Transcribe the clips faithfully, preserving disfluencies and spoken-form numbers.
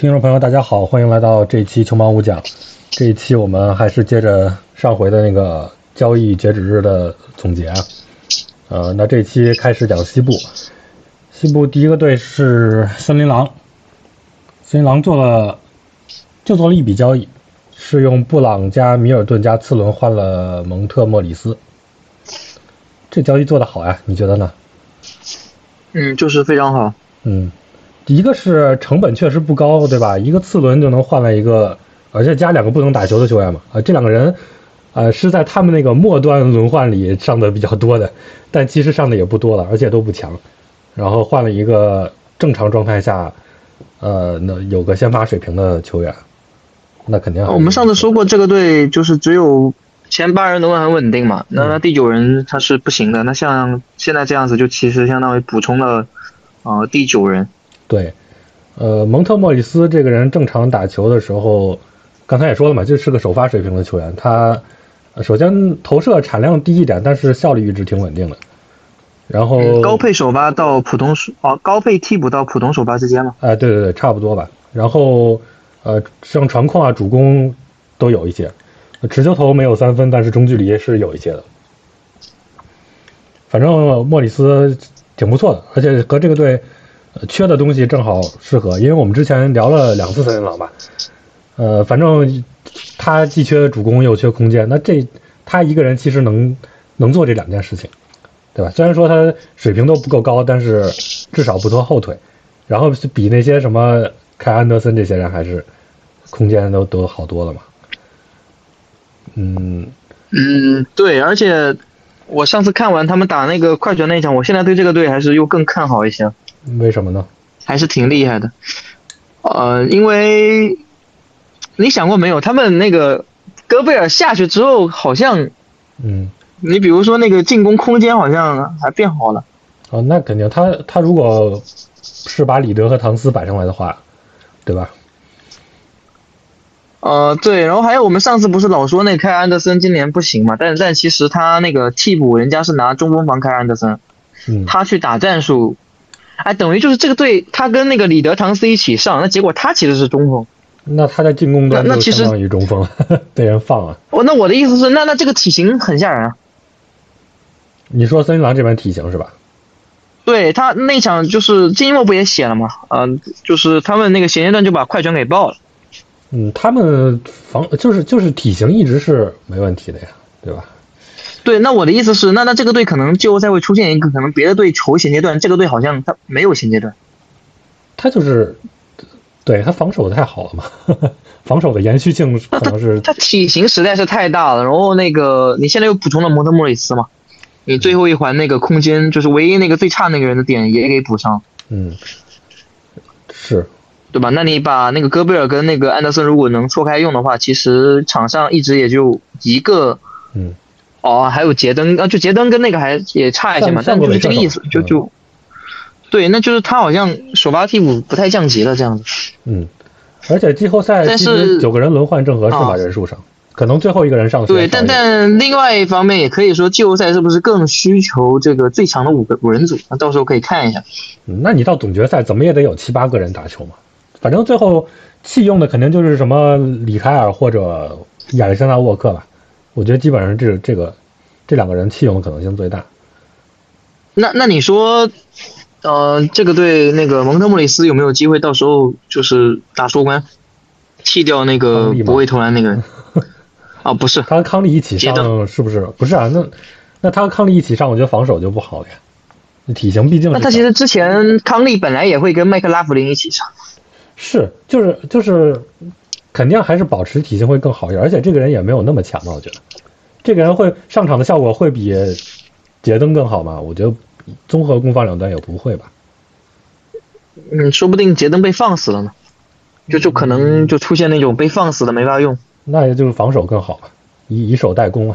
听众朋友，大家好，欢迎来到这一期球盲五讲。这一期我们还是接着上回的那个交易截止日的总结啊。呃，那这一期开始讲西部。西部第一个队是森林狼，森林狼做了就做了一笔交易，是用布朗加米尔顿加次轮换了蒙特莫里斯。这交易做得好呀，你觉得呢？ 嗯，就是非常好。 嗯。一个是成本确实不高，对吧？一个次轮就能换来一个，而且加两个不能打球的球员嘛。啊、呃，这两个人，呃，是在他们那个末端轮换里上的比较多的，但其实上的也不多了，而且都不强。然后换了一个正常状态下，呃，那有个先发水平的球员，那肯定。 我们上次说过，这个队就是只有前八人都很稳定嘛，那那第九人他是不行的。那像现在这样子，就其实相当于补充了，呃，第九人。 对，呃，蒙特莫里斯这个人正常打球的时候，刚才也说了嘛，就是个首发水平的球员。他首先投射产量低一点，但是效率一直挺稳定的。然后、 嗯、高配首发到普通哦，高配替补到普通首发之间嘛。 哎、呃，对对对，差不多吧。然后呃，像传控啊、主攻都有一些，持球投没有三分，但是中距离是有一些的。反正莫里斯挺不错的，而且和这个队。缺的东西正好适合，因为我们之前聊了两次森林狼吧，呃，反正他既缺主攻又缺空间，那这他一个人其实能能做这两件事情，对吧？虽然说他水平都不够高，但是至少不拖后腿，然后比那些什么凯安德森这些人还是空间都都好多了嘛。嗯嗯，对，而且我上次看完他们打那个快船那一场，我现在对这个队还是又更看好一些。 为什么呢？ 还是挺厉害的，呃，因为你想过没有，他们那个戈贝尔下去之后，好像， 嗯， 你比如说那个进攻空间好像还变好了。 哦，那肯定，他他如果是把里德和唐斯摆上来的话，对吧？ 呃，对，然后还有我们上次不是老说那个凯安德森今年不行嘛，但但其实他那个替补人家是拿中锋防凯安德森， 嗯， 他去打战术。哎，等于就是这个队，他跟那个里德唐斯一起上，那结果他其实是中锋。 那他在进攻端就相当于中锋了，被人放了。 哦，那我的意思是，那那这个体型很吓人啊。 你说森林狼这边体型是吧？ 对，他那场就是金默不也写了嘛，嗯、呃，就是他们那个衔接段就把快船给爆了。 嗯，他们防就是就是体型一直是没问题的呀，对吧？ 对，那我的意思是，那那这个队可能季后赛会出现一个，可能别的队求衔接段，这个队好像他没有衔接段。 他就是，对他防守的太好了嘛，呵呵防守的延续性可能是他。他体型实在是太大了，然后那个你现在又补充了蒙特莫里斯嘛，你最后一环那个空间就是唯一那个最差那个人的点也给补上。 嗯，是， 对吧？那你把那个戈贝尔跟那个安德森如果能错开用的话，其实场上一直也就一个。 嗯。 哦，还有杰登啊，就杰登跟那个还也差一些嘛，但就是这个意思，就就，对，那就是他好像首发替补不太降级了这样子。 嗯，而且季后赛其实九个人轮换正合适吧，人数上，可能最后一个人上。 对，但但另外一方面也可以说，季后赛是不是更需求这个最强的五个五人组？那到时候可以看一下。 嗯，那你到总决赛怎么也得有七八个人打球嘛，反正最后弃用的肯定就是什么里凯尔或者亚历山大沃克吧。我觉得基本上这这个这两个人弃用的可能性最大。 那那你说，呃，这个队那个蒙特莫里斯有没有机会到时候就是打收官，弃掉那个不会投篮那个人？啊，不是， 他和康利一起上是不是？不是啊，那那他和康利一起上，我觉得防守就不好了呀。体型毕竟。 那他其实之前康利本来也会跟麦克拉弗林一起上。 是，就是就是。肯定还是保持体型会更好一点，而且这个人也没有那么强吧？我觉得，这个人会上场的效果会比杰登更好吗？我觉得综合攻防两端也不会吧。 嗯，说不定杰登被放死了呢，就就可能就出现那种被放死的没法用。 那也就是防守更好，以以守代攻啊。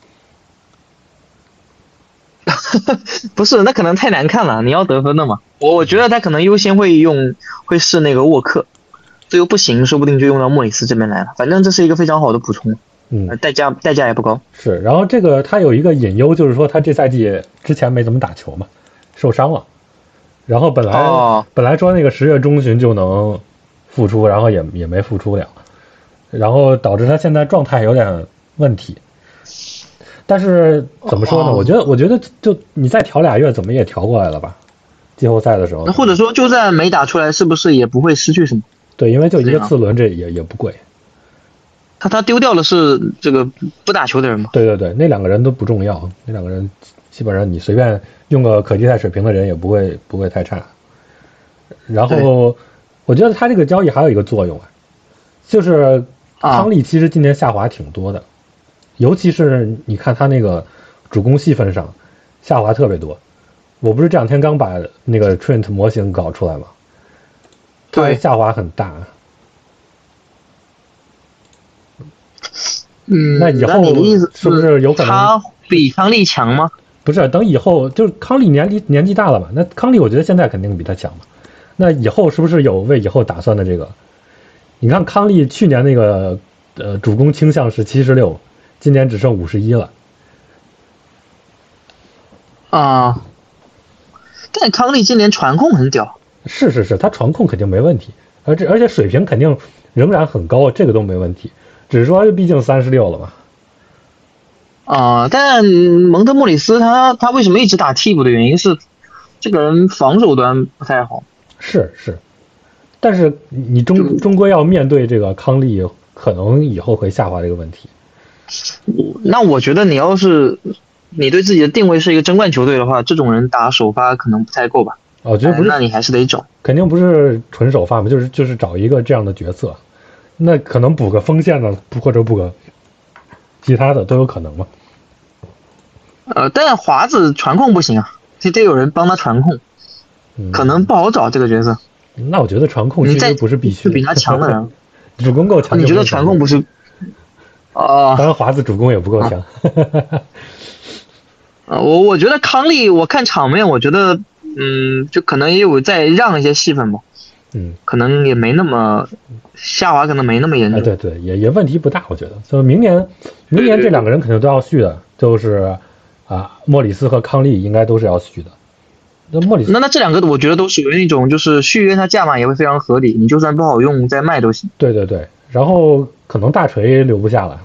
不是，那可能太难看了。你要得分的嘛，我我觉得他可能优先会用会是那个沃克。最后不行，说不定就用到莫里斯这边来了。反正这是一个非常好的补充， 嗯， 代价代价也不高。 是，然后这个他有一个隐忧，就是说他这赛季之前没怎么打球嘛，受伤了。然后本来、 哦、 本来说那个十月中旬就能复出，然后也也没复出了，然后导致他现在状态有点问题。但是怎么说呢？我觉得，我觉得就你再调俩月，怎么也调过来了吧？季后赛的时候。 那或者说，就算没打出来，是不是也不会失去什么？ 对，因为就一个次轮，这也也不贵。 他他丢掉的是这个不打球的人吗？ 对对对，那两个人都不重要，那两个人基本上你随便用个可替代水平的人也不会不会太差。然后我觉得他这个交易还有一个作用啊，就是康利其实今年下滑挺多的，啊、尤其是你看他那个主攻戏份上下滑特别多。我不是这两天刚把那个 Trent 模型搞出来吗？ 对， 下滑很大。 嗯， 那以后是不是有可能他比康利强吗？ 不是，等以后就是康利年纪年纪大了嘛，那康利我觉得现在肯定比他强嘛。那以后是不是有为以后打算的这个？你看康利去年那个呃主攻倾向是七十六，今年只剩五十一了。 啊，但康利今年传控很屌。 是是是，他传控肯定没问题，而且而且水平肯定仍然很高，这个都没问题。只是说毕竟三十六了嘛。 啊、呃，但蒙特莫里斯他他为什么一直打替补的原因是，这个人防守端不太好。 是是，但是你终终归要面对这个康利可能以后会下滑这个问题。 那我觉得你要是你对自己的定位是一个争冠球队的话，这种人打首发可能不太够吧？ 我觉得不是， 那你还是得找， 肯定不是纯首发嘛，就是就是找一个这样的角色。那可能补个锋线呢，或者补个其他的都有可能嘛。 呃，但华子传控不行啊，得得有人帮他传控， 嗯、 可能不好找这个角色。 那我觉得传控其实不是必须， 比他强的人， 主攻够强。 你觉得传控不是？哦、呃， 当然华子主攻也不够强。 啊、呃，我我觉得康利，我看场面，我觉得嗯，就可能也有再让一些戏份吧。 嗯， 可能也没那么下滑，可能没那么严重。 哎、对对，也也问题不大，我觉得。就明年，明年这两个人肯定都要续的，就是啊，莫里斯和康利应该都是要续的。那莫里斯， 那那这两个我觉得都属于那种，就是续约他价码也会非常合理，你就算不好用再卖都行。 对对对，然后可能大锤留不下了，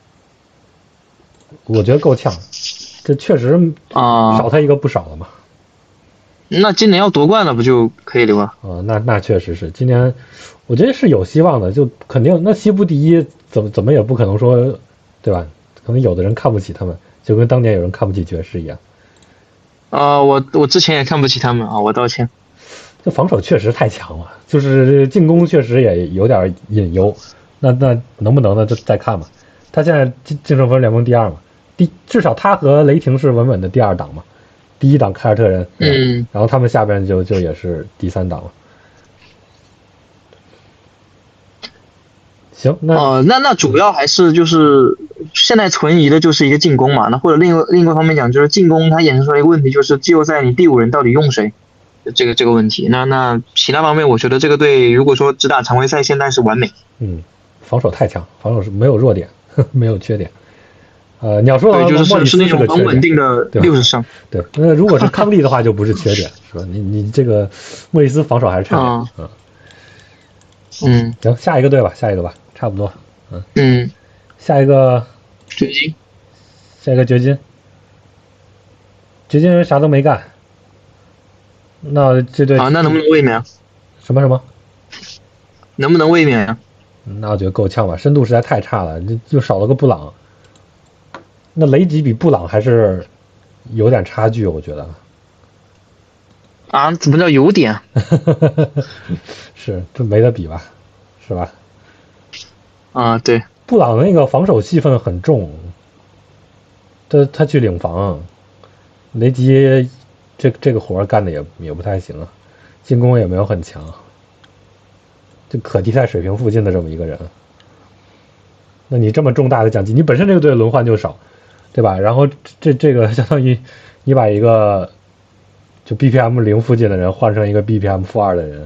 我觉得够呛，这确实啊少他一个不少了嘛。 呃、那今年要夺冠了，不就可以留啊？ 啊，那那确实是，今年我觉得是有希望的，就肯定那西部第一怎么怎么也不可能说，对吧？可能有的人看不起他们，就跟当年有人看不起爵士一样。 啊、呃，我我之前也看不起他们啊，我道歉。 这防守确实太强了，就是进攻确实也有点隐忧。那那能不能呢？就再看吧。他现在净净胜分联盟第二嘛，第至少他和雷霆是稳稳的第二档嘛，第一档凯尔特人， 嗯， 然后他们下边就就也是第三档了。行，那呃，那那主要还是就是现在存疑的就是一个进攻嘛，那或者另另一个方面讲，就是进攻它衍生出来一个问题，就是季后赛你第五人到底用谁，这个这个问题。那那其他方面，我觉得这个队如果说只打常规赛，现在是完美。 嗯，防守太强，防守是没有弱点，呵没有缺点。呃，你要说对，就是是那种很稳定的六十胜。 对，那如果是康利的话，就不是缺点，是吧？你你这个莫里斯防守还是差点。嗯嗯， 行，下一个队吧，下一个吧。差不多，嗯嗯， 下一个掘金， 下一个掘金，掘金人啥都没干，那这队啊，那能不能卫冕？ 什么什么？ 能不能卫冕啊？ 那我觉得够呛吧，深度实在太差了，就就少了个布朗。那雷吉比布朗还是有点差距，我觉得。 啊？怎么叫有点？ 是，这没得比吧，是吧？ 啊，对， 布朗那个防守戏份很重，他他去领防，雷吉这这个活干的也也不太行啊，进攻也没有很强，就可替代水平附近的这么一个人。那你这么重大的奖金，你本身这个队轮换就少，对吧？然后这这个相当于你把一个就 B P M 零附近的人换成一个 B P M 负二的人。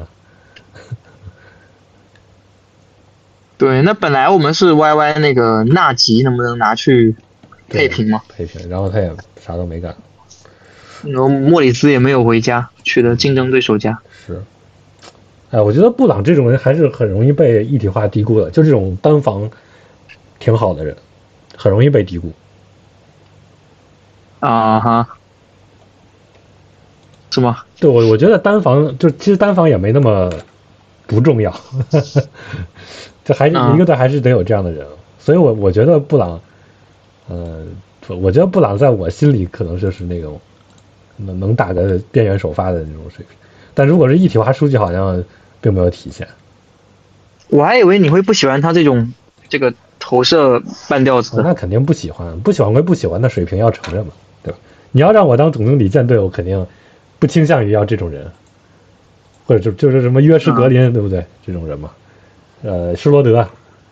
对，那本来我们是 Y Y 那个纳吉能不能拿去配平嘛？ 配平，然后他也啥都没干。 然后莫里斯也没有回家，去了竞争对手家。 是， 哎，我觉得布朗这种人还是很容易被一体化低估的，就这种单防挺好的人，很容易被低估。 啊哈，是吗？ 对，我我觉得单防就其实单防也没那么不重要，这还是一个队还是得有这样的人，所以我我觉得布朗，呃，我觉得布朗在我心里可能就是那种能能打个边缘首发的那种水平，但如果是一体化数据好像并没有体现。 我还以为你会不喜欢他这种这个投射半吊子的、 哦。那肯定不喜欢，不喜欢归不喜欢，那水平要承认嘛，对吧？你要让我当总经理舰队，我肯定不倾向于要这种人，或者就就是什么约什格林，嗯、对不对？这种人嘛，呃，施罗德，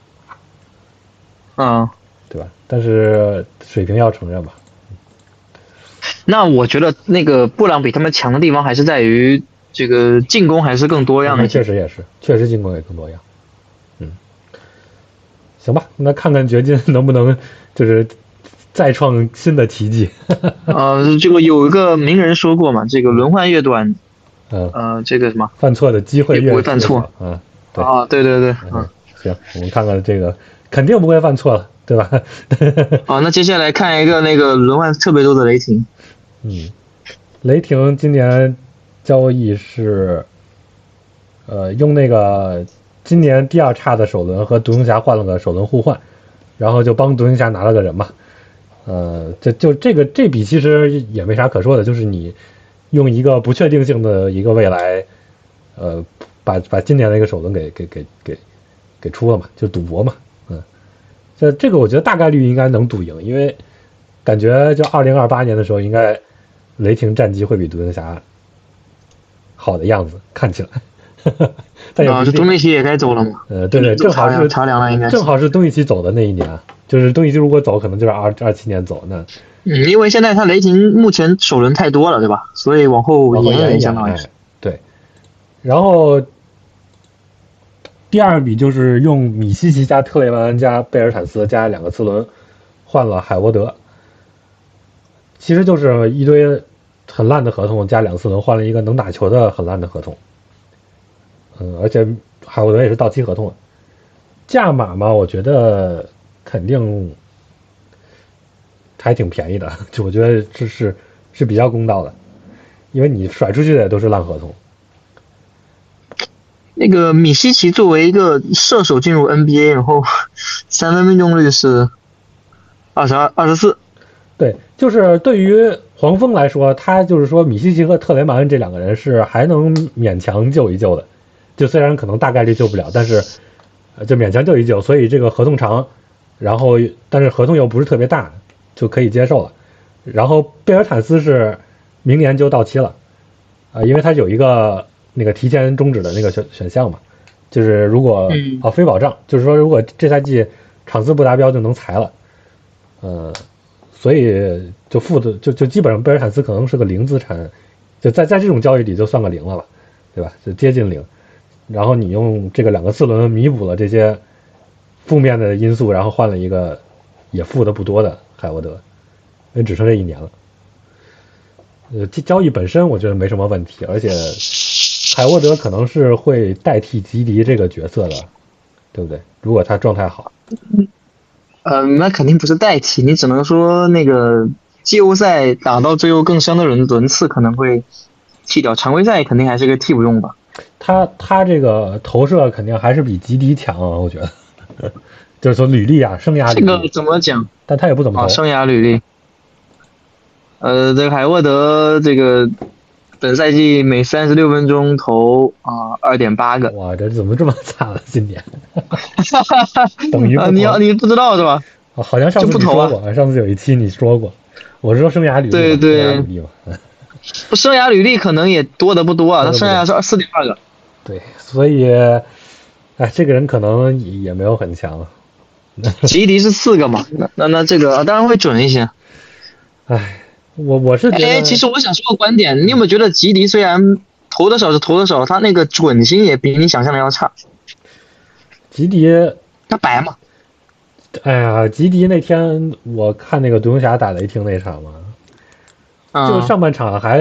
嗯， 对吧？但是水平要承认嘛。 那我觉得那个布朗比他们强的地方还是在于这个进攻还是更多样的。 确实也是，确实进攻也更多样。嗯，行吧，那看看掘金能不能就是再创新的奇迹。 呃，这个有一个名人说过嘛，这个轮换越短， 嗯， 呃，这个什么犯错的机会越不会犯错。 嗯，对啊，对对对， 嗯，行，我们看看这个，肯定不会犯错了，对吧？ 好，那接下来看一个那个轮换特别多的雷霆。 嗯，雷霆今年交易是，呃，用那个今年第二差的首轮和独行侠换了个首轮互换，然后就帮独行侠拿了个人嘛。呃，这就这个这笔其实也没啥可说的，就是你用一个不确定性的一个未来，呃，把把今年的一个首轮给给给给给出了嘛，就赌博嘛，嗯，这这个我觉得大概率应该能赌赢，因为感觉就二零二八年的时候，应该雷霆战绩会比独行侠好的样子，看起来。但啊，这东契奇也该走了嘛？ 呃，对对，正好是茶凉了，应该正好是东契奇走的那一年，就是东契奇如果走，可能就是二二七年走那。 嗯，因为现在他雷霆目前首轮太多了，对吧？所以往后延延相当于是。 对，然后第二笔就是用米西奇加特雷曼加贝尔坦斯加两个次轮换了海沃德，其实就是一堆很烂的合同加两次轮换了一个能打球的很烂的合同。嗯，而且海沃德也是到期合同了，价码嘛，我觉得肯定还挺便宜的，就我觉得这是是比较公道的，因为你甩出去的都是烂合同。 那个米西奇作为一个射手进入 N B A， 然后三分命中率是二十二、二十四。 对，就是对于黄蜂来说，他就是说米西奇和特雷曼恩这两个人是还能勉强救一救的。就虽然可能大概率救不了，但是就勉强救一救，所以这个合同长，然后但是合同又不是特别大，就可以接受了。然后贝尔坦斯是明年就到期了，啊、呃，因为他有一个那个提前终止的那个选选项嘛，就是如果啊、哦、非保障，就是说如果这赛季场次不达标就能裁了，呃，所以就负的就就基本上贝尔坦斯可能是个零资产，就在在这种交易里就算个零了吧，对吧？就接近零。然后你用这个两个次轮弥补了这些负面的因素，然后换了一个也负的不多的海沃德，因为只剩这一年了。呃，交易本身我觉得没什么问题，而且海沃德可能是会代替吉迪这个角色的，对不对？如果他状态好， 呃，那肯定不是代替，你只能说那个季后赛打到最后更深的轮轮次可能会替掉，常规赛肯定还是个替补用吧。 他他这个投射肯定还是比吉迪强啊，我觉得，就是说履历啊，生涯履历。 这个怎么讲？ 但他也不怎么投。 啊，生涯履历。呃，这个海沃德这个本赛季每三十六分钟投啊二点八个。 哇，这怎么这么惨了？今年。等于不投、 啊、你要你不知道是吧？ 哦、好像上次你说过，啊、上次有一期你说过，我是说生涯履历。 对对。 生涯履历嘛。 不，生涯履历可能也多的不多啊，他生涯是四点二个。 对，所以，哎，这个人可能也没有很强。 吉迪是四个嘛？那那那这个、啊、当然会准一些。 哎，我我是觉得， 哎，其实我想说个观点，你有没有觉得吉迪虽然投的少是投的少，他那个准心也比你想象的要差？ 吉迪他白嘛？ 哎呀，吉迪那天我看那个独行侠打雷霆那场嘛， 嗯、 就上半场还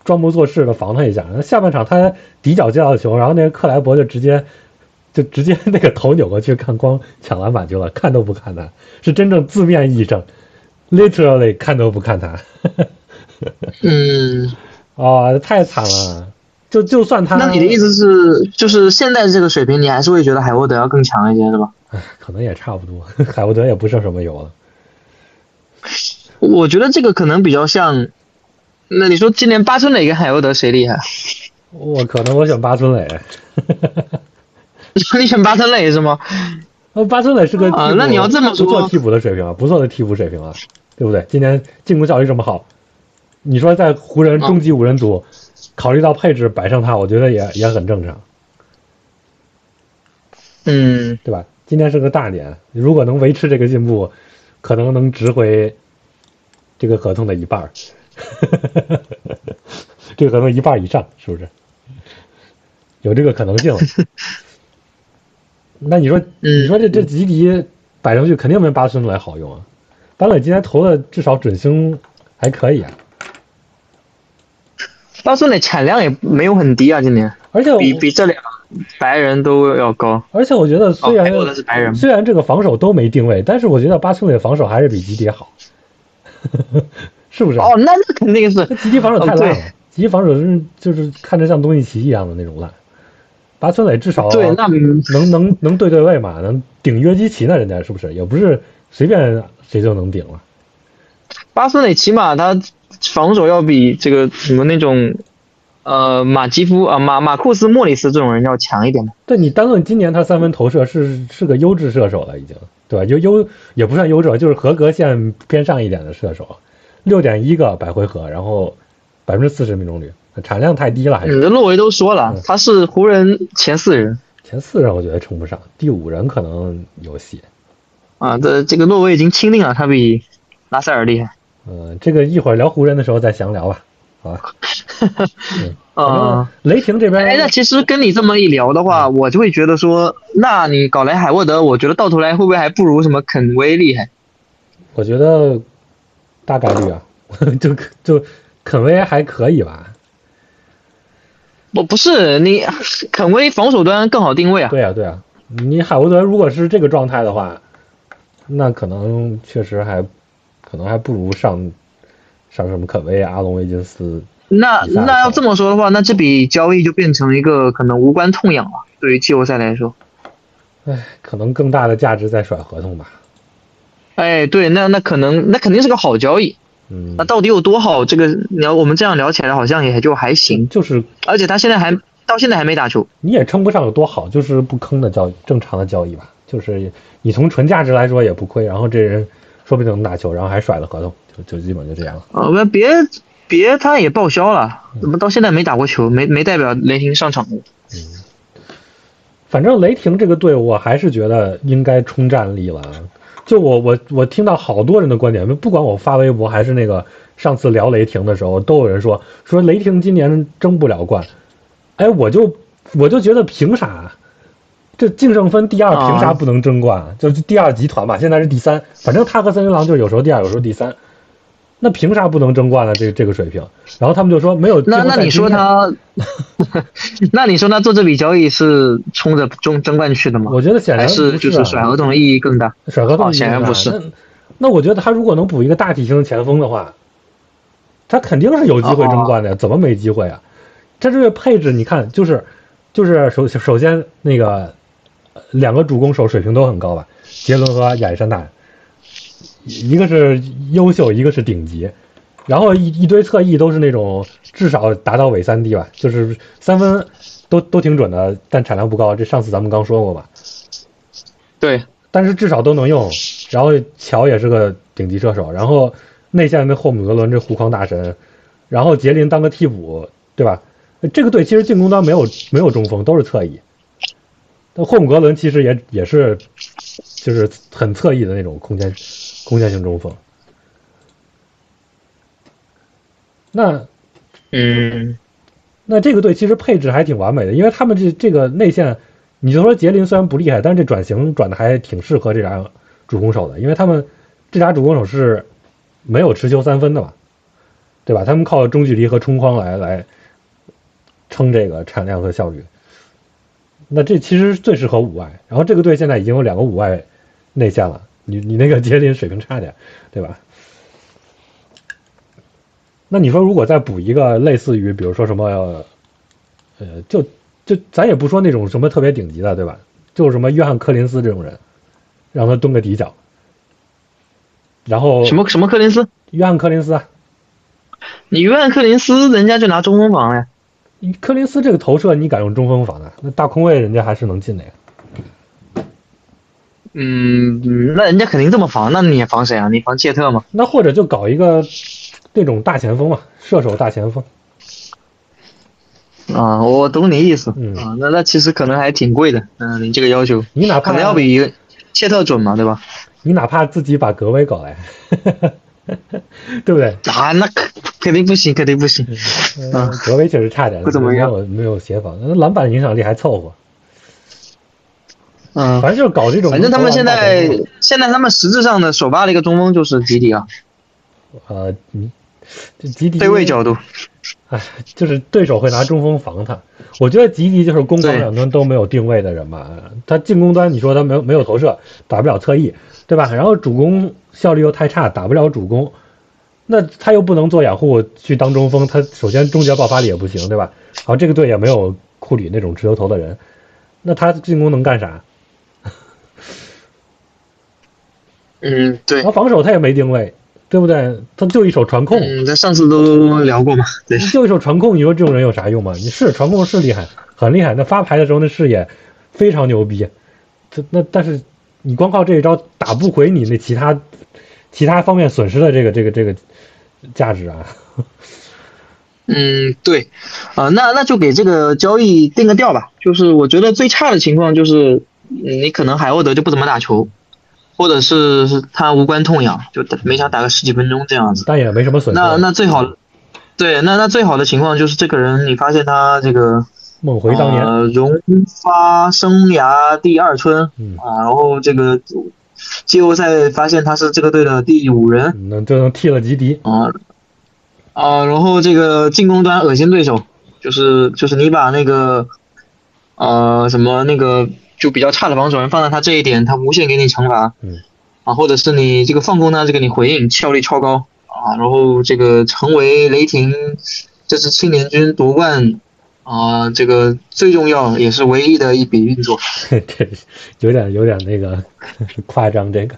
装模作式的防他一下。下半场他底角接到球，然后那个克莱伯就直接就直接那个头扭过去看光抢篮板去了，看都不看他，是真正字面意义上 literally 看都不看他。 嗯， 哦，太惨了。就就算他， 那你的意思是，就是现在这个水平，你还是会觉得海沃德要更强一些，是吧？ 唉，可能也差不多，海沃德也不剩什么油了。 我觉得这个可能比较像，那你说今年巴村磊跟海沃德谁厉害？ 我可能我选巴村磊。 你选巴村磊是吗？ 呃，巴村磊是个啊，那你要这么说， 不错替补的水平啊，不错的替补水平啊，对不对？今年进攻效率这么好，你说在湖人终极五人组。啊，考虑到配置摆上他，我觉得也也很正常， 嗯， 对吧？今年是个大年，如果能维持这个进步，可能能值回这个合同的一半这个合同一半以上，是不是？有这个可能性。那你说，你说这这吉迪摆上去肯定没巴村来好用啊。巴村今天投的至少准星还可以啊。 巴村磊产量也没有很低啊，今年， 而且比比这俩白人都要高。 而且我觉得虽然、 哦、是白人虽然这个防守都没定位，但是我觉得巴村磊防守还是比吉迪好，是不是？ 哦，那那肯定是。 吉迪防守太烂了，哦、吉迪防守是就是看着像东契奇一样的那种烂。巴村磊至少对，那能能能对对位嘛，能顶约基奇呢，人家是不是？也不是随便谁就能顶了。 巴村磊起码他防守要比这个什么那种，呃，马基夫啊、马马库斯莫里斯这种人要强一点的。 对，你单论今年他三分投射是是个优质射手了，已经，对吧？优优也不算优质，就是合格线偏上一点的射手，六点一个百回合，然后百分之四十命中率，产量太低了，还是。 你的洛维都说了，嗯、他是湖人前四人， 前四人我觉得称不上，第五人可能有戏。 啊，这这个洛维已经钦定了，他比拉塞尔厉害。 嗯，这个一会儿聊湖人的时候再详聊吧，好吧？嗯、 呃， 雷霆这边， 哎，那其实跟你这么一聊的话，嗯、我就会觉得说，那你搞来海沃德，我觉得到头来会不会还不如什么肯威厉害？ 我觉得大概率啊，就就肯威还可以吧。 我不是你肯威防守端更好定位啊。 对啊，对啊，你海沃德如果是这个状态的话，那可能确实还。可能还不如上上什么肯威、阿隆维金斯。 那那要这么说的话，那这笔交易就变成一个可能无关痛痒了。对于季后赛来说， 哎，可能更大的价值在甩合同吧。 哎，对，那那可能那肯定是个好交易。 嗯。 那到底有多好？这个聊我们这样聊起来好像也就还行。 就是， 而且他现在还到现在还没打球。 你也称不上有多好，就是不坑的交易，正常的交易吧。就是你从纯价值来说也不亏，然后这人。说不定能打球，然后还甩了合同，就就基本就这样了。 呃，别别，他也报销了，怎么到现在没打过球，没没代表雷霆上场过。 嗯，反正雷霆这个队，我还是觉得应该冲战力了。就我我我听到好多人的观点，不管我发微博还是那个上次聊雷霆的时候，都有人说说雷霆今年争不了冠。哎，我就我就觉得凭啥？这净胜分第二，凭啥不能争冠？啊、就是第二集团嘛，现在是第三，反正他和森林狼就是有时候第二，有时候第三，那凭啥不能争冠呢？这这个水平，然后他们就说没有。 那那你说他，那你说他做这笔交易是冲着争争冠去的吗？ 我觉得显然不是、啊，还是就是甩合同的意义更大。 甩合同显然不是。 那, 那我觉得他如果能补一个大体型的前锋的话，他肯定是有机会争冠的，哦、怎么没机会啊？这这个配置你看，就是就是首首先那个。两个主攻手水平都很高吧，杰伦和亚历山大，一个是优秀，一个是顶级，然后一一堆侧翼都是那种至少达到伪三 D 吧，就是三分都都挺准的，但产量不高。这上次咱们刚说过吧？ 对， 但是至少都能用。然后乔也是个顶级射手，然后内线的霍姆格伦这护框大神，然后杰林当个替补，对吧？这个队其实进攻端没有没有中锋，都是侧翼。那霍姆格伦其实也也是，就是很侧翼的那种空间空间型中锋。那， 嗯， 那这个队其实配置还挺完美的，因为他们这这个内线，你就说杰林虽然不厉害，但是这转型转的还挺适合这俩主攻手的，因为他们这俩主攻手是没有持球三分的嘛， 对吧？他们靠中距离和冲框来来撑这个产量和效率。那这其实最适合五外，然后这个队现在已经有两个五外内线了，你你那个杰林水平差点，对吧？那你说如果再补一个类似于比如说什么，呃，就就咱也不说那种什么特别顶级的，对吧？就是什么约翰柯林斯这种人，让他蹲个底角，然后什么什么柯林斯？ 约翰柯林斯啊， 你约翰柯林斯人家就拿中锋防了呀。 柯林斯这个投射你敢用中锋防的？那大空位人家还是能进的呀。 嗯，那人家肯定这么防，那你防谁啊？你防切特吗？ 那或者就搞一个那种大前锋嘛，射手大前锋。 啊，我懂你意思。 嗯啊，那那其实可能还挺贵的。嗯，你这个要求， 你哪怕可能要比切特准嘛，对吧？ 你哪怕自己把格威搞来，对不对？ 啊，那肯肯定不行，肯定不行。 嗯，格威确实差点， 不怎么样， 没有没有协防，那篮板影响力还凑合。 嗯， 反正就是搞这种。 反正他们现在现在他们实质上的首发的一个中锋就是吉迪啊。 呃，嗯，这吉迪对位角度， 哎，就是对手会拿中锋防他。我觉得吉迪就是攻防两端都没有定位的人吧。他进攻端你说他没有没有投射，打不了侧翼，对吧？然后主攻效率又太差，打不了主攻。那他又不能做掩护去当中锋，他首先终结爆发力也不行，对吧？好，这个队也没有库里那种持球投的人，那他进攻能干啥？ 嗯，对。 然后防守他也没定位，对不对？他就一手传控。 嗯，在上次都聊过嘛，对。 就一手传控，你说这种人有啥用吗？你是传控是厉害，很厉害。那发牌的时候那视野非常牛逼，这那但是你光靠这一招打不回你那其他其他方面损失的这个这个这个价值啊。 嗯，对，啊、呃，那那就给这个交易定个调吧。就是我觉得最差的情况就是，你可能海沃德就不怎么打球。或者是是他无关痛痒，就每场打个十几分钟这样子， 但也没什么损失。 那那最好，对，那那最好的情况就是这个人，你发现他这个梦回当年， 呃，荣发生涯第二春， 嗯啊，然后这个季后赛发现他是这个队的第五人， 那就能替了吉迪啊啊，然后这个进攻端恶心对手，就是就是你把那个呃什么那个。就比较差的防守人放在他这一点，他无限给你惩罚， 嗯， 啊，或者是你这个放空他，这个你回应效率超高啊，然后这个成为雷霆这支青年军夺冠啊，这个最重要也是唯一的一笔运作。 这有点有点那个夸张，这个。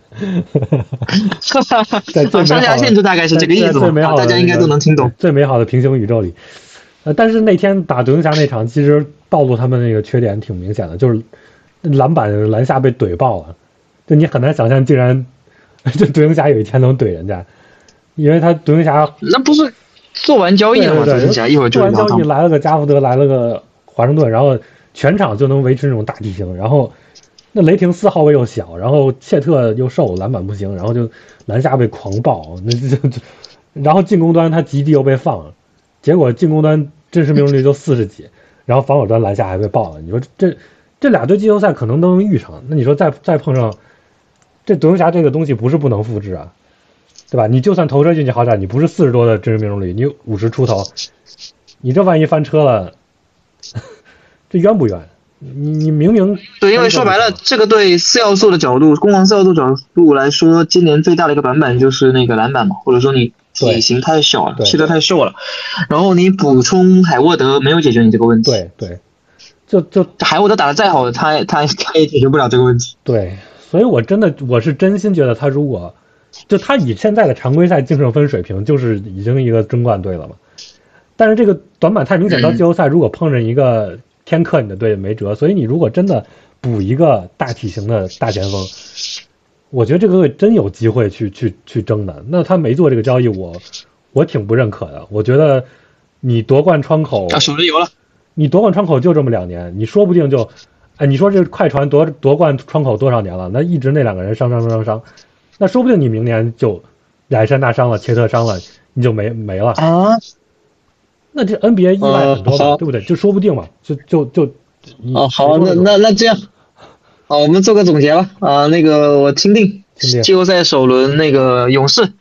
在最上下限就大概是这个意思吧，大家应该都能听懂。 最美好的平行宇宙里，呃，但是那天打独行侠那场，其实暴露他们那个缺点挺明显的，就是。篮板篮下被怼爆了，就你很难想象，竟然这独行侠有一天能怼人家，因为他独行侠那不是做完交易了吗？独行侠一会儿就做完交易来了个加福德，来了个华盛顿，然后全场就能维持那种大体型，然后那雷霆四号位又小，然后切特又瘦，篮板不行，然后就篮下被狂爆，那就就然后进攻端他吉迪又被放了，结果进攻端真实命中率就四十几，然后防守端篮下还被爆了，你说这。这俩队季后赛可能都能遇上，那你说再再碰上这独行侠这个东西不是不能复制啊，对吧？你就算投射运气好点，你不是四十多的真实命中率，你五十出头，你这万一翻车了，这冤不冤？你你明明对，因为说白了，这个队四要素的角度，攻防四要素角度来说，今年最大的一个短板就是那个篮板嘛，或者说你体型太小了，气得太瘦了，然后你补充海沃德没有解决你这个问题。 对对。就就海沃德打得再好，他他他也解决不了这个问题。 对，所以我真的我是真心觉得他如果就他以现在的常规赛净胜分水平，就是已经一个争冠队了嘛。但是这个短板太明显，到季后赛如果碰上一个天克你的队没辙。所以你如果真的补一个大体型的大前锋，我觉得这个队真有机会去去去争的。那他没做这个交易，我我挺不认可的。我觉得你夺冠窗口啊，手里有了。 你夺冠窗口就这么两年，你说不定就，哎，你说这快船夺夺冠窗口多少年了？那一直那两个人伤伤伤伤伤，那说不定你明年就亚历山大伤了，切特伤了，你就没没了啊？ 那这 N B A 意外很多嘛，呃、对不对？就说不定嘛，就就就。 哦，好，那那那这样，好，我们做个总结吧。啊、呃，那个我钦定，季后赛首轮那个勇士，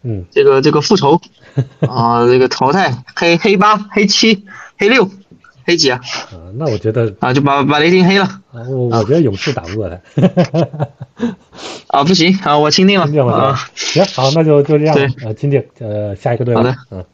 嗯， 这个这个复仇啊、这个淘汰黑黑八、黑七、黑六、黑几啊？ 啊，那我觉得啊，就把把雷霆黑了。 啊，我啊我觉得勇士打不过他。 啊，不行啊，我钦定了钦定了是吧？ 啊。 行，好，那就就这样对吧。呃，钦定，呃，下一个队吧。 好的。 嗯，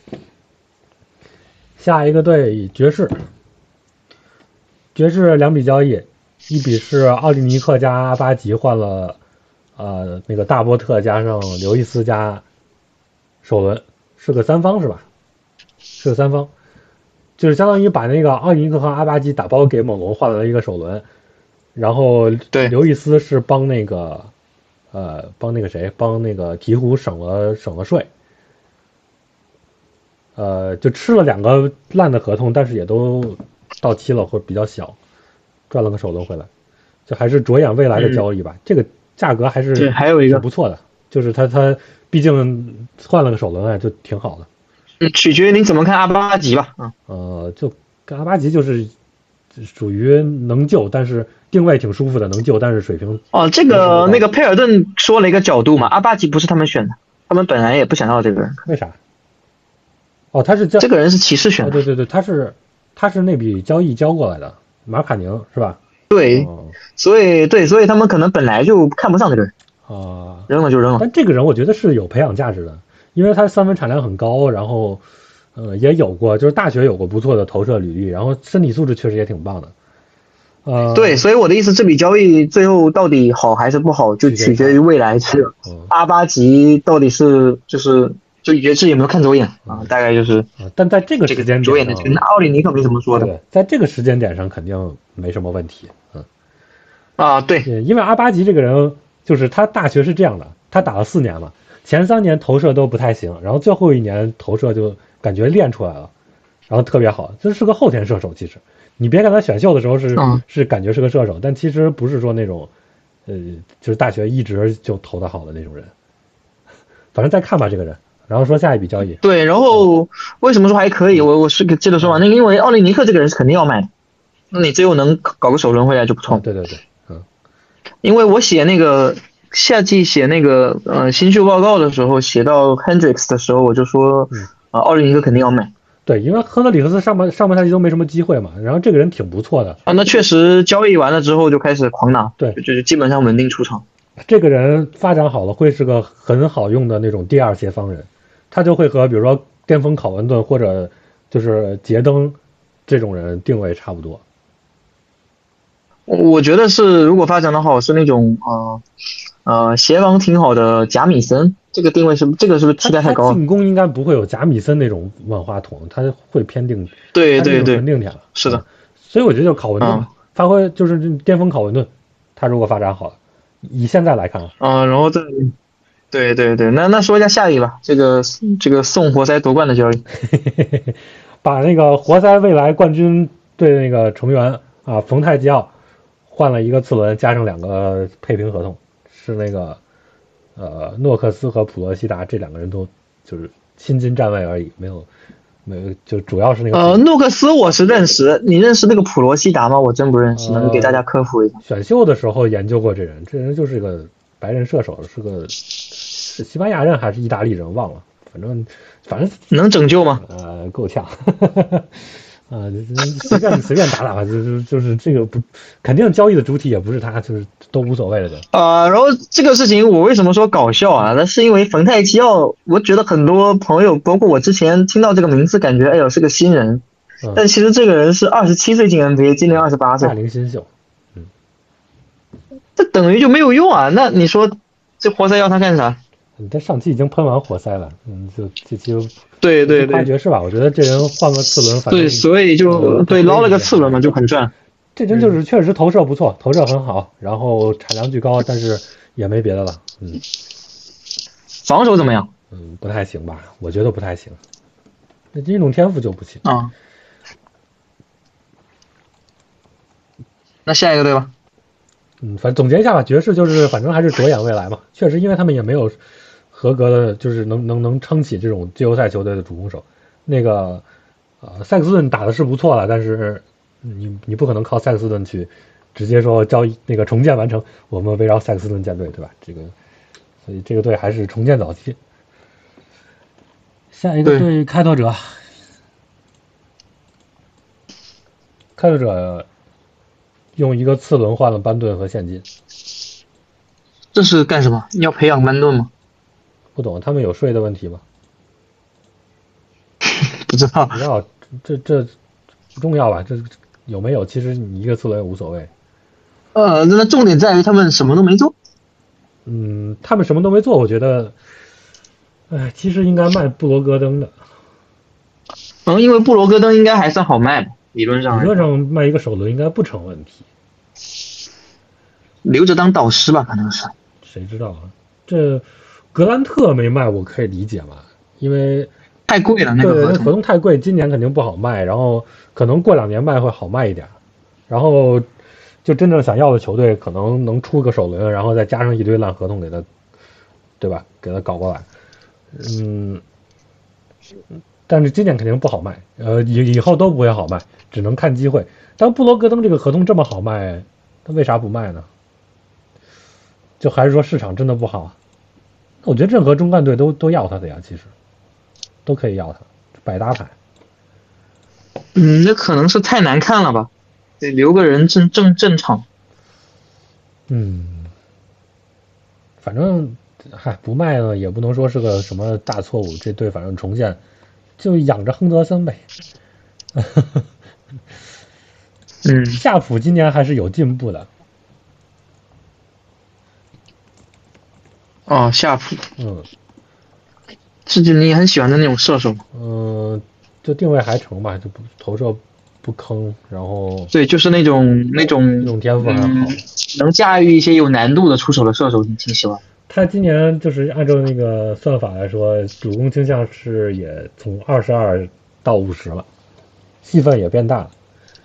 下一个队爵士。爵士两笔交易，一笔是奥利尼克加阿巴吉换了，呃，那个大波特加上刘易斯加首轮，是个三方是吧？是个三方，就是相当于把那个奥利尼克和阿巴吉打包给猛龙换了一个首轮，然后对刘易斯是帮那个，呃，帮那个谁，帮那个鹈鹕省了省了税。呃，就吃了两个烂的合同，但是也都到期了或比较小，赚了个首轮回来，就还是着眼未来的交易吧。嗯、这个价格还是对，还有一个不错的，就是他他毕竟换了个首轮啊，就挺好的。 嗯，取决于您怎么看阿巴吉吧。嗯， 呃，就跟阿巴吉就是属于能救，但是定位挺舒服的，能救，但是水平哦，这个那个佩尔顿说了一个角度嘛，阿巴吉不是他们选的，他们本来也不想要这个人。 为啥？哦，他是这个人是骑士选的、 哦，对对对，他是他是那笔交易交过来的，马卡宁是吧？ 对， 哦、 所以对，所以他们可能本来就看不上这个人啊， 扔了就扔了。 但这个人我觉得是有培养价值的，因为他三分产量很高，然后呃也有过就是大学有过不错的投射履历，然后身体素质确实也挺棒的。呃， 对，所以我的意思，这笔交易最后到底好还是不好，就取决于未来是阿巴吉到底是就是就爵士有没有看走眼啊？大概就是。 啊，但在这个时间点着眼的跟奥利尼克没什么说的。 对，在这个时间点上肯定没什么问题。嗯。 啊，对， 因为阿巴吉这个人就是他大学是这样的，他打了四年了，前三年投射都不太行，然后最后一年投射就感觉练出来了，然后特别好，这是个后天射手。其实你别看他选秀的时候是、嗯、是感觉是个射手，但其实不是说那种，呃，就是大学一直就投得好的那种人。反正再看吧这个人，然后说下一笔交易。 对，然后为什么说还可以？我我是接着说吧，那个因为奥利尼克这个人是肯定要卖的，那你最后能搞个首轮回来就不错。 啊、对对对，嗯， 因为我写那个夏季写那个呃新秀报告的时候，写到 Hendricks 的时候，我就说， 嗯， 啊，奥利尼克肯定要卖。 对，因为亨德里克斯上半上半赛季都没什么机会嘛，然后这个人挺不错的啊，那确实交易完了之后就开始狂拿， 对， 就是基本上稳定出场。 这个人发展好了，会是个很好用的那种第二协防人，他就会和比如说巅峰考文顿或者就是杰登这种人定位差不多。 我觉得是，如果发展的好，是那种呃呃协防挺好的贾米森，这个定位是这个是不是期待太高了？ 进攻应该不会有贾米森那种万花筒，他会偏定， 对对对， 纯定点了。 是的、 嗯，所以我觉得就考文顿、 嗯、 发挥就是巅峰考文顿，他如果发展好了，以现在来看啊，然后再对对对，那那说一下下一个吧，这个这个送活塞夺冠的交易， 把那个活塞未来冠军队那个成员啊冯泰吉奥换了一个次轮，加上两个配平合同，是那个呃诺克斯和普罗西达这两个人都就是薪金站位而已，没有没有，就主要是那个呃诺克斯我是认识，你认识那个普罗西达吗？我真不认识，能给大家科普一下。 呃、选秀的时候研究过这人，这人就是个白人射手，是个是西班牙人还是意大利人忘了，反正反正能拯救吗？ 呃，够呛。啊，随便随便打打吧，就是就是这个不肯定交易的主体也不是他，就是都无所谓了的。 啊、呃，然后这个事情我为什么说搞笑啊？那是因为冯泰基奥，我觉得很多朋友，包括我之前听到这个名字，感觉哎呦是个新人，嗯、但其实这个人是二十七岁进 N B A， 今年二十八岁， 大龄新秀，嗯， 这等于就没有用啊？那你说这活塞要他干啥？ 他上期已经喷完活塞了，嗯，就这期对对对， 爵士吧，我觉得这人换个次轮，反正对，所以就、呃、对捞了个次轮嘛，就很赚。 这人就是确实投射不错，嗯、投射很好，然后产量巨高，但是也没别的了，嗯。 防守怎么样？ 嗯，不太行吧，我觉得不太行。那运动天赋就不行啊。那下一个对吧？ 嗯，反正总结一下吧，爵士就是反正还是着眼未来嘛，确实因为他们也没有合格的，就是能能能撑起这种季后赛球队的主攻手。那个呃，塞克斯顿打的是不错了，但是你你不可能靠塞克斯顿去直接说交易那个重建完成，我们围绕塞克斯顿建队，对吧？这个所以这个队还是重建早期。 下一个对开拓者，开拓者用一个次轮换了班顿和现金， 这是干什么？要培养班顿吗？ 不懂，他们有税的问题吗？ 不知道。 不要，这这不重要吧？这有没有？其实你一个次轮也无所谓。 呃，那重点在于他们什么都没做。 嗯，他们什么都没做，我觉得，哎，其实应该卖布罗戈登的。 嗯，因为布罗戈登应该还算好卖吧，理论上。 理论上卖一个首轮应该不成问题。 留着当导师吧，可能是。 谁知道啊？这格兰特没卖，我可以理解嘛，因为太贵了，那个合同。 合同太贵，今年肯定不好卖，然后可能过两年卖会好卖一点，然后就真正想要的球队可能能出个首轮，然后再加上一堆烂合同给他，对吧？给他搞过来，嗯，但是今年肯定不好卖，呃，以以后都不会好卖，只能看机会。当布罗戈登这个合同这么好卖，他为啥不卖呢？就还是说市场真的不好？我觉得任何中干队都都要他的呀，其实都可以要他，百搭牌。 嗯，那可能是太难看了吧？得留个人正正正常。 嗯，反正嗨，不卖呢也不能说是个什么大错误。这队反正重建就养着亨德森呗。 嗯， 夏普今年还是有进步的。 哦，夏普， 嗯， 这就你很喜欢的那种射手。 嗯，就定位还成吧，就不投射不坑，然后对，就是那种那种那种天赋还好、 嗯，能驾驭一些有难度的出手的射手，你挺喜欢。 他今年就是按照那个算法来说，主攻倾向是也从二十二到五十了，戏份也变大了。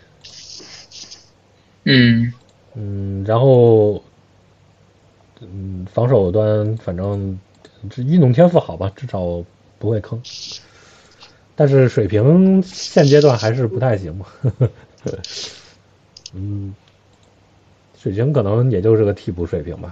嗯嗯，然后嗯，防守端反正这运动天赋好吧，至少不会坑。但是水平现阶段还是不太行嘛。嗯，水平可能也就是个替补水平吧。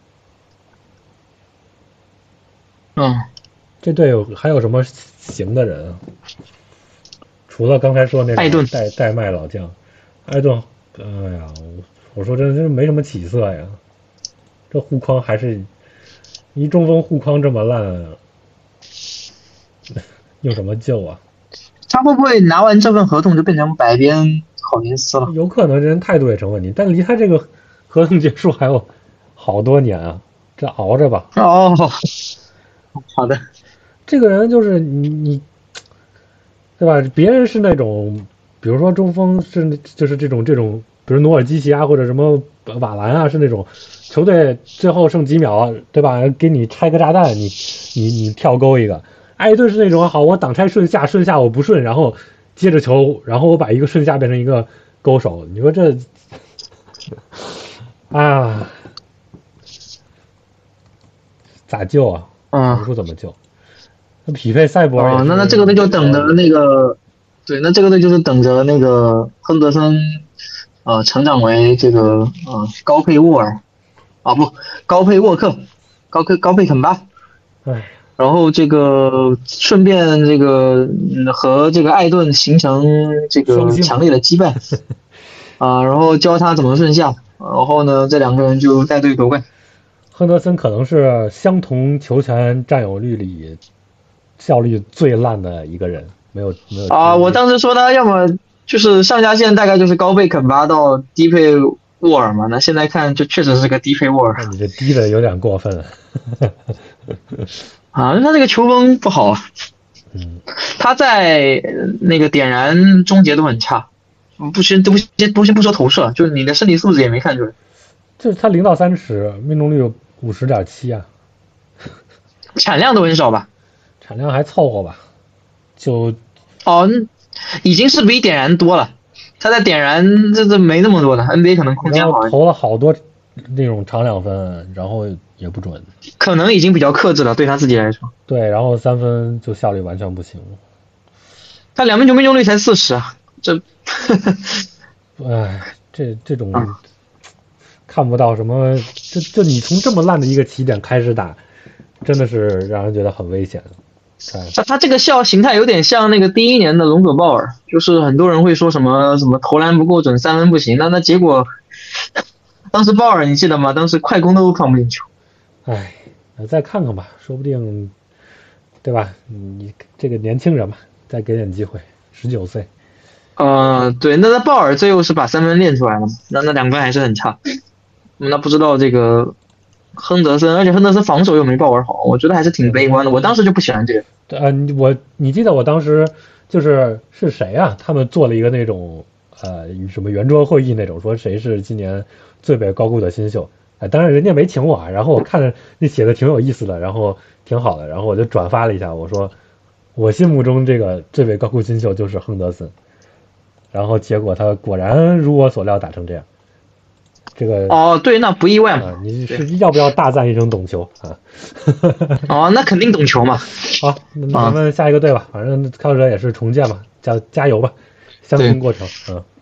嗯， 这队有还有什么行的人啊？除了刚才说那艾顿代代麦老将，艾顿，哎呀，我我说真的真没什么起色呀。这护框还是一中锋护框这么烂，用什么救啊？ 他会不会拿完这份合同就变成白边考林斯了？ 有可能这人态度也成问题，但离他这个合同结束还有好多年啊，这熬着吧。 哦，好的。 这个人就是你你，对吧？别人是那种，比如说中锋是就是这种这种，比如努尔基奇啊或者什么瓦兰啊，是那种球队最后剩几秒，对吧？给你拆个炸弹，你你你跳勾一个。艾顿是那种好，我挡拆顺下，顺下我不顺，然后接着球，然后我把一个顺下变成一个勾手。你说这啊，咋救啊？ 嗯， 不出怎么救？那匹配赛博哦，那那这个队就等着那个，对，那这个队就是等着那个亨德森，呃，成长为这个呃高佩沃尔，啊不，高佩沃克，高佩高佩肯巴。 唉。 然后这个顺便这个和这个艾顿形成这个强烈的羁绊啊，然后教他怎么顺下，然后呢，这两个人就带队夺冠。 亨德森可能是相同球权占有率里效率最烂的一个人，没有没有啊！我当时说他要么就是上下限大概就是高配肯巴到低配沃尔嘛，那现在看就确实是个低配沃尔。 那你这低的有点过分了。 啊，他这个球风不好啊。 嗯， 他在那个点燃、终结都很差，不先都先都先不说投射，就是你的身体素质也没看出来。 就是他零到三尺命中率五十点七啊， 产量都很少吧？ 产量还凑合吧，就哦，已经是比点燃多了。他在点燃这这没那么多的 N B A 可能空间好。 投了好多那种长两分，然后也不准， 可能已经比较克制了，对他自己来说。 对，然后三分就效率完全不行。 他两分球命中率才四十啊，这， 哎，这这种。嗯，看不到什么，就就你从这么烂的一个起点开始打，真的是让人觉得很危险。 他他这个笑形态有点像那个第一年的隆佐鲍尔，就是很多人会说什么什么投篮不够准，三分不行，那那结果当时鲍尔你记得吗？当时快攻都放不进球。 哎，再看看吧，说不定，对吧？你这个年轻人嘛，再给点机会，十九岁。 呃，对，那那鲍尔最后是把三分练出来了嘛？那那两分还是很差。那不知道这个亨德森，而且亨德森防守又没鲍尔好，我觉得还是挺悲观的。我当时就不喜欢这个。 对啊，你我你记得我当时就是是谁啊？他们做了一个那种呃什么圆桌会议那种，说谁是今年最被高估的新秀。哎，当然人家没请我啊，然后我看那写的挺有意思的，然后挺好的，然后我就转发了一下，我说我心目中这个这位高估新秀就是亨德森，然后结果他果然如我所料打成这样。这个哦，对，那不意外嘛。 啊、你是要不要大赞一声懂球啊？ 哦，那肯定懂球嘛。 好，那咱们下一个队吧，反正开拓者也是重建嘛，加加油吧，相同过程，嗯。